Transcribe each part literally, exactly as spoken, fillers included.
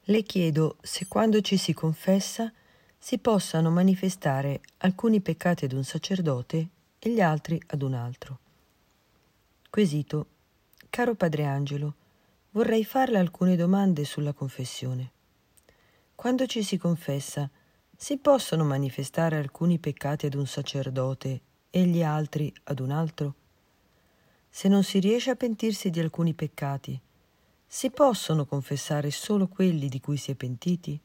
Le chiedo se quando ci si confessa si possano manifestare alcuni peccati ad un sacerdote e gli altri ad un altro. Quesito: caro Padre Angelo, vorrei farle alcune domande sulla confessione. Quando ci si confessa, si possono manifestare alcuni peccati ad un sacerdote e gli altri ad un altro? Se non si riesce a pentirsi di alcuni peccati, si possono confessare solo quelli di cui si è pentiti?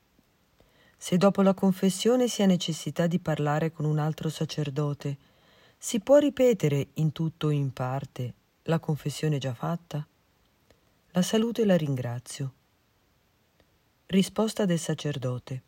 Se dopo la confessione si ha necessità di parlare con un altro sacerdote, si può ripetere in tutto o in parte la confessione già fatta? La saluto e la ringrazio. Risposta del sacerdote: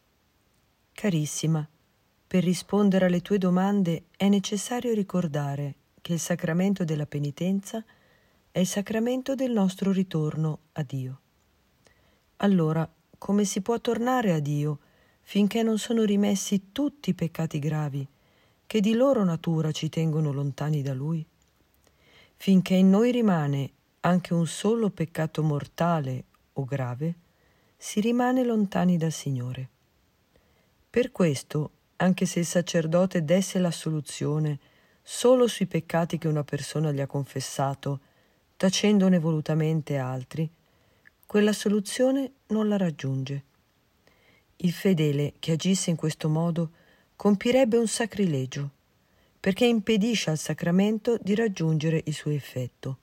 carissima, per rispondere alle tue domande è necessario ricordare che il sacramento della penitenza è il sacramento del nostro ritorno a Dio. Allora, come si può tornare a Dio finché non sono rimessi tutti i peccati gravi che di loro natura ci tengono lontani da Lui? Finché in noi rimane anche un solo peccato mortale o grave, si rimane lontani dal Signore. Per questo, anche se il sacerdote desse l'assoluzione solo sui peccati che una persona gli ha confessato, tacendone volutamente altri, quella soluzione non la raggiunge. Il fedele che agisse in questo modo compirebbe un sacrilegio, perché impedisce al sacramento di raggiungere il suo effetto.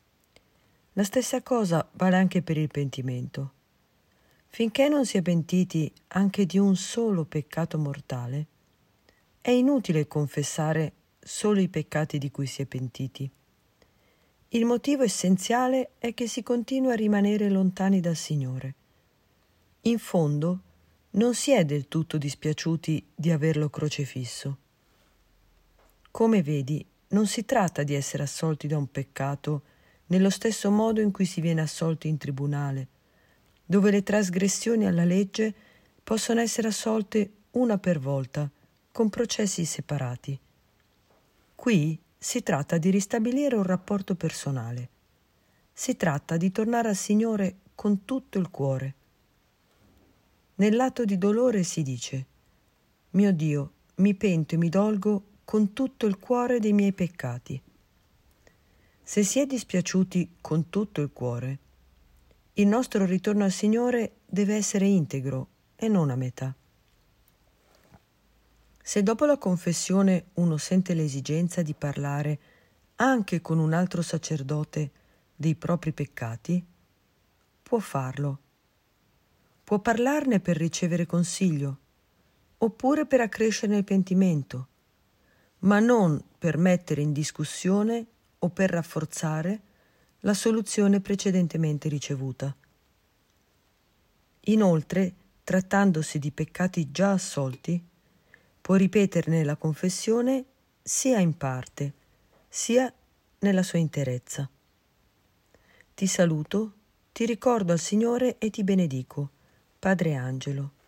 La stessa cosa vale anche per il pentimento. Finché non si è pentiti anche di un solo peccato mortale, è inutile confessare solo i peccati di cui si è pentiti. Il motivo essenziale è che si continua a rimanere lontani dal Signore. In fondo, non si è del tutto dispiaciuti di averlo crocefisso. Come vedi, non si tratta di essere assolti da un peccato nello stesso modo in cui si viene assolti in tribunale, dove le trasgressioni alla legge possono essere assolte una per volta, con processi separati. Qui si tratta di ristabilire un rapporto personale. Si tratta di tornare al Signore con tutto il cuore. Nell'atto di dolore si dice: mio Dio, mi pento e mi dolgo con tutto il cuore dei miei peccati. Se si è dispiaciuti con tutto il cuore, il nostro ritorno al Signore deve essere integro e non a metà. Se dopo la confessione uno sente l'esigenza di parlare anche con un altro sacerdote dei propri peccati, può farlo. Può parlarne per ricevere consiglio, oppure per accrescere il pentimento, ma non per mettere in discussione o per rafforzare la soluzione precedentemente ricevuta. Inoltre, trattandosi di peccati già assolti, può ripeterne la confessione sia in parte, sia nella sua interezza. Ti saluto, ti ricordo al Signore e ti benedico. Padre Angelo.